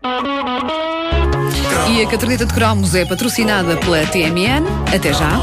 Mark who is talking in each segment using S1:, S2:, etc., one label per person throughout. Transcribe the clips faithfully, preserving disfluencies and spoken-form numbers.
S1: E a caderneta de cromos é patrocinada pela T M N. Até já.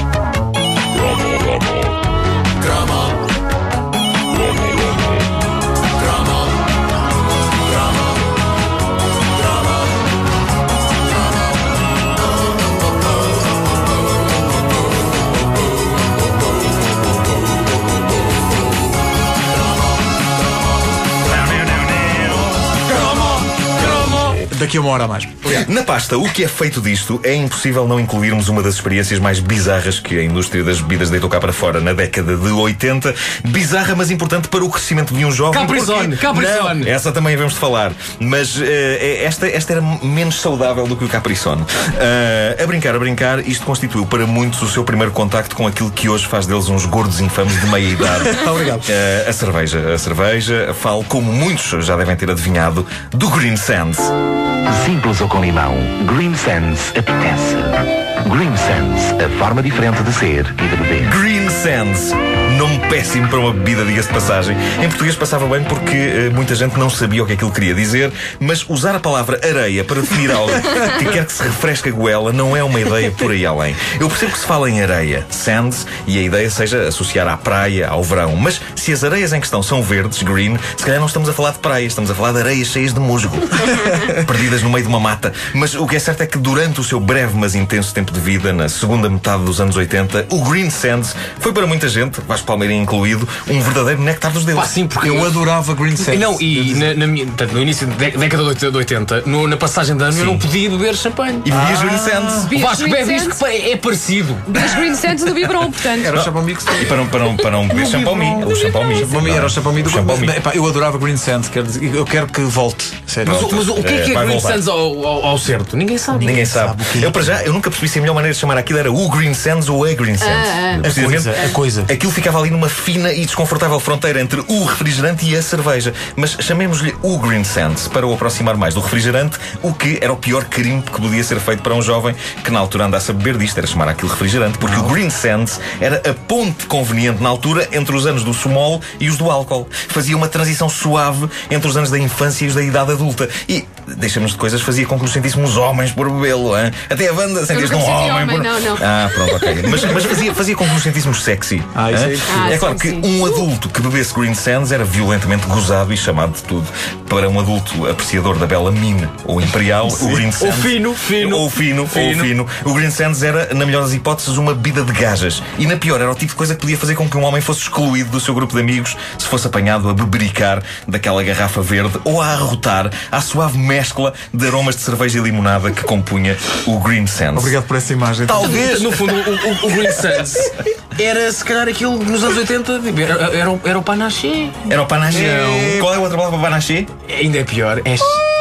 S2: Daqui a uma hora a mais.
S3: Na pasta, o que é feito disto, é impossível não incluirmos uma das experiências mais bizarras que a indústria das bebidas deitou cá para fora na década de oitenta. Bizarra, mas importante para o crescimento de um jovem.
S4: Capri-Sun, Capri-Sun.
S3: Não, essa também vamos de falar. Mas uh, esta, esta era menos saudável do que o Capri-Sun. Uh, a brincar, a brincar, isto constituiu para muitos o seu primeiro contacto com aquilo que hoje faz deles uns gordos infames de meia idade.
S2: Obrigado.
S3: Uh, a cerveja. A cerveja, falo, como muitos já devem ter adivinhado, do Green Sands.
S5: Simples ou com limão, Green Sands apetece. Green Sands, a forma diferente de ser e de beber.
S3: Green Sands, nome péssimo para uma bebida, diga-se de passagem. Em português passava bem porque uh, muita gente não sabia o que aquilo queria dizer, mas usar a palavra areia para definir algo que quer que se refresque a goela não é uma ideia por aí além. Eu percebo que se fala em areia, sands, e a ideia seja associar à praia, ao verão, mas se as areias em questão são verdes, green, se calhar não estamos a falar de praias, estamos a falar de areias cheias de musgo, perdidas no meio de uma mata. Mas o que é certo é que durante o seu breve mas intenso tempo de vida, na segunda metade dos anos oitenta, o Green Sands foi para muita gente, Vasco Palmeirinho incluído, um verdadeiro néctar dos deuses.
S4: Pá, sim, porque
S2: eu adorava Green Sands.
S4: Não, e na, na minha, portanto, no início da década de oitenta, no, na passagem de ano, eu não podia beber champanhe.
S3: E bebias ah, Green Sands.
S4: O Vasco bebe isto que é, é parecido.
S1: Bebias Green Sands do biberon, portanto.
S2: Era o Champão Mix.
S3: E para não, para não, para não beber Champão-Mi. O Champão-Mi.
S2: Era o Champão-Mi do
S3: Champão-Mi.
S2: Eu adorava Green Sands. Eu quero que volte. Sério.
S4: Mas, mas o que é que é,
S3: é
S4: Green Sands ao, ao, ao certo? Ninguém sabe.
S3: Ninguém sabe. Eu, para já, eu nunca percebi se a melhor maneira de chamar aquilo era o Green Sands ou a Green Sands.
S1: Ah,
S2: ah. A coisa, a coisa.
S3: Aquilo ficava ali numa fina e desconfortável fronteira entre o refrigerante e a cerveja. Mas chamemos-lhe o Green Sands para o aproximar mais do refrigerante, o que era o pior crime que podia ser feito para um jovem que na altura andasse a beber disto, era chamar aquilo refrigerante, porque não. O Green Sands era a ponte conveniente na altura entre os anos do sumol e os do álcool. Fazia uma transição suave entre os anos da infância e os da idade adulta. E, deixamos de coisas, fazia com que nos sentíssemos homens por bebê-lo, hein? Até a banda sentiste um homem,
S1: homem
S3: por...
S1: não, não.
S3: Ah, pronto, ok. Mas, mas fazia, fazia com que nos sentíssemos sexy.
S2: Ah, isso é,
S1: ah,
S3: é claro
S1: sim,
S3: que
S1: sim.
S3: um adulto que bebesse Green Sands era violentamente gozado e chamado de tudo. Para um adulto apreciador da bela mine ou imperial, sim. O Green Sands...
S4: Ou fino, fino.
S3: Ou fino, fino. Ou fino. O Green Sands era, na melhor das hipóteses, uma bebida de gajas. E na pior, era o tipo de coisa que podia fazer com que um homem fosse excluído do seu grupo de amigos se fosse apanhado a bebericar daquela garrafa verde ou a arrotar à suave mescla de aromas de cerveja e limonada que compunha o Green Sands.
S2: Obrigado por essa imagem.
S4: Talvez, no fundo, o, o, o Green Sands era, se calhar, aquilo nos anos oitenta, era, era, era o panaché.
S3: Era o panaché. É... Qual é a outra palavra para panaché?
S4: Ainda é pior. É,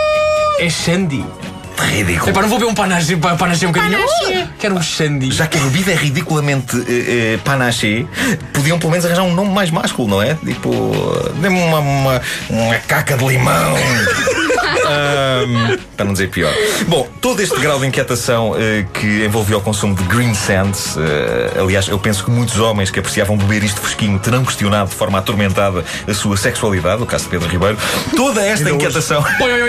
S4: é shandy.
S3: Ridículo.
S4: Epá, não vou ver um panaché, panaché um bocadinho.
S1: Panaché.
S4: Quero um shandy.
S3: Já que a bebida é ridiculamente eh, eh, panaché, podiam pelo menos arranjar um nome mais másculo, não é? Tipo, dê-me uma, uma, uma caca de limão. Um, para não dizer pior. Bom, todo este grau de inquietação uh, que envolvia o consumo de Green Sands, uh, aliás, eu penso que muitos homens que apreciavam beber isto fresquinho terão questionado de forma atormentada a sua sexualidade, o caso de Pedro Ribeiro. Toda esta inquietação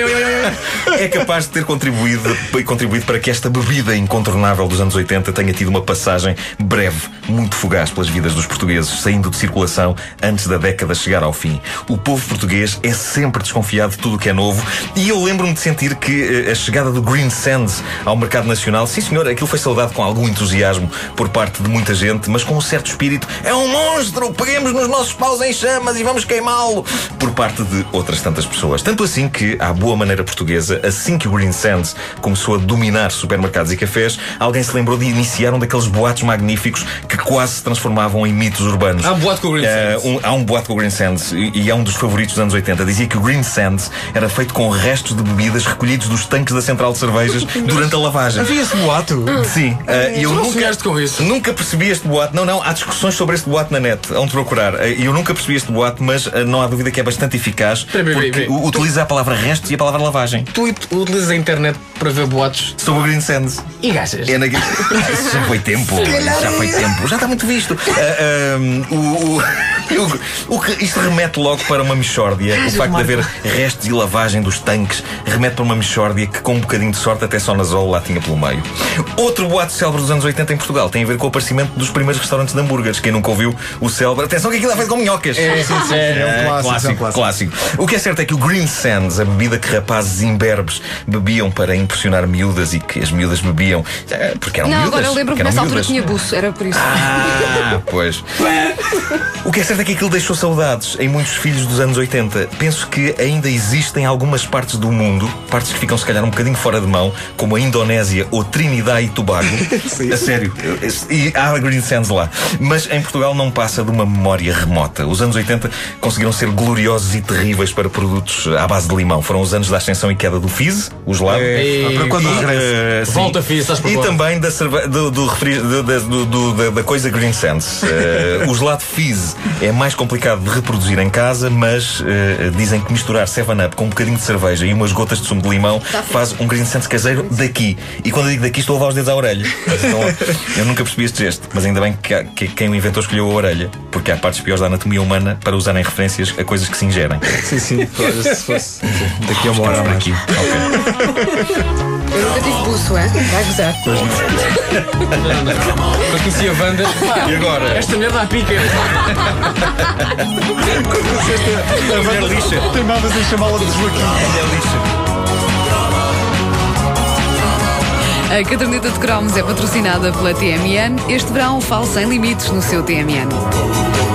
S3: é capaz de ter contribuído, contribuído para que esta bebida incontornável dos anos oitenta tenha tido uma passagem breve, muito fugaz pelas vidas dos portugueses, saindo de circulação antes da década chegar ao fim. O povo português é sempre desconfiado de tudo o que é novo. E eu lembro-me de sentir que uh, a chegada do Green Sands ao mercado nacional, sim senhor, aquilo foi saudado com algum entusiasmo por parte de muita gente, mas com um certo espírito, é um monstro, peguemos nos nossos paus em chamas e vamos queimá-lo, por parte de outras tantas pessoas. Tanto assim que, à boa maneira portuguesa, assim que o Green Sands começou a dominar supermercados e cafés, alguém se lembrou de iniciar um daqueles boatos magníficos que quase se transformavam em mitos urbanos.
S4: Há um boato com o Green Sands.
S3: Uh, um, há um boato com o Green Sands e, e é um dos favoritos dos anos oitenta. Dizia que o Green Sands era feito com restos de bebidas recolhidos dos tanques da central de cervejas durante a lavagem.
S2: Havia esse boato?
S3: Sim. Uh, e eu
S4: tu não
S3: nunca,
S4: sonhaste com isso?
S3: Nunca percebi este boato. Não, não, há discussões sobre este boato na net, onde procurar. E uh, eu nunca percebi este boato, mas uh, não há dúvida que é bastante eficaz, porque uh, utiliza a palavra restos e a palavra lavagem.
S4: Tu utilizas a internet para ver boatos
S3: sobre o Green Sands.
S4: E gastas?
S3: É na... já foi tempo. Já foi tempo. Já está muito visto. Uh, um, o, o, o que isto remete logo para uma mixórdia. O facto de haver restos e lavagem dos tanques remete para uma mixórdia Michórdia que, com um bocadinho de sorte, até só na Zol lá tinha pelo meio. Outro boato célebre dos anos oitenta em Portugal tem a ver com o aparecimento dos primeiros restaurantes de hambúrgueres. Quem nunca ouviu o célebre... Atenção que aquilo é feito com minhocas.
S4: É, sim, sim.
S2: É um clássico,
S3: clássico,
S2: é um clássico.
S3: clássico. O que é certo é que o Green Sands, a bebida que rapazes imberbes bebiam para impressionar miúdas e que as miúdas bebiam eh, porque eram
S1: Não,
S3: miúdas.
S1: agora eu lembro-me que
S3: eram
S1: nessa altura
S3: miúdas.
S1: tinha buço, era por isso.
S3: Ah, pois. O que é certo é que aquilo deixou saudades em muitos filhos dos anos oitenta. Penso que ainda existem algumas partes do mundo, partes que ficam se calhar um bocadinho fora de mão, como a Indonésia ou Trinidad e Tobago. A sério. E há Green Sands lá. Mas em Portugal não passa de uma memória remota. Os anos oitenta conseguiram ser gloriosos e terríveis para produtos à base de limão. Foram os anos da ascensão e queda do Fizz, o gelado.
S2: É, para quando
S3: E,
S2: regressa.
S3: eh, sim.
S4: Volta, Fizz, estás por
S3: E
S4: fora.
S3: também da, cerve... do, do, refri... do, da, do, do, da, da coisa Green Sands. Uh, o gelado Fizz é mais complicado de reproduzir em casa, mas uh, dizem que misturar seven up com um bocadinho de cerveja e umas gotas de sumo de limão faz um Green Sands caseiro daqui. E quando eu digo daqui, estou a levar os dedos à orelha. Então, eu nunca percebi este gesto, mas ainda bem que, que quem o inventou escolheu a orelha, porque há partes piores da anatomia humana para usarem referências a coisas que se ingerem.
S2: Sim, sim. Se fosse daqui a uma hora a mais.
S3: Aqui. Ok.
S1: Eu nunca tive buço, é? Vai gozar.
S4: Eu conheci a Wanda. Pá,
S3: E agora?
S4: esta mulher dá pica.
S3: A mulher lixa.
S2: Teimavas em chamá-la de Joaquim.
S3: A mulher lixa.
S1: A caderneta de cromos é patrocinada pela T M N. Este verão fale sem limites no seu T M N.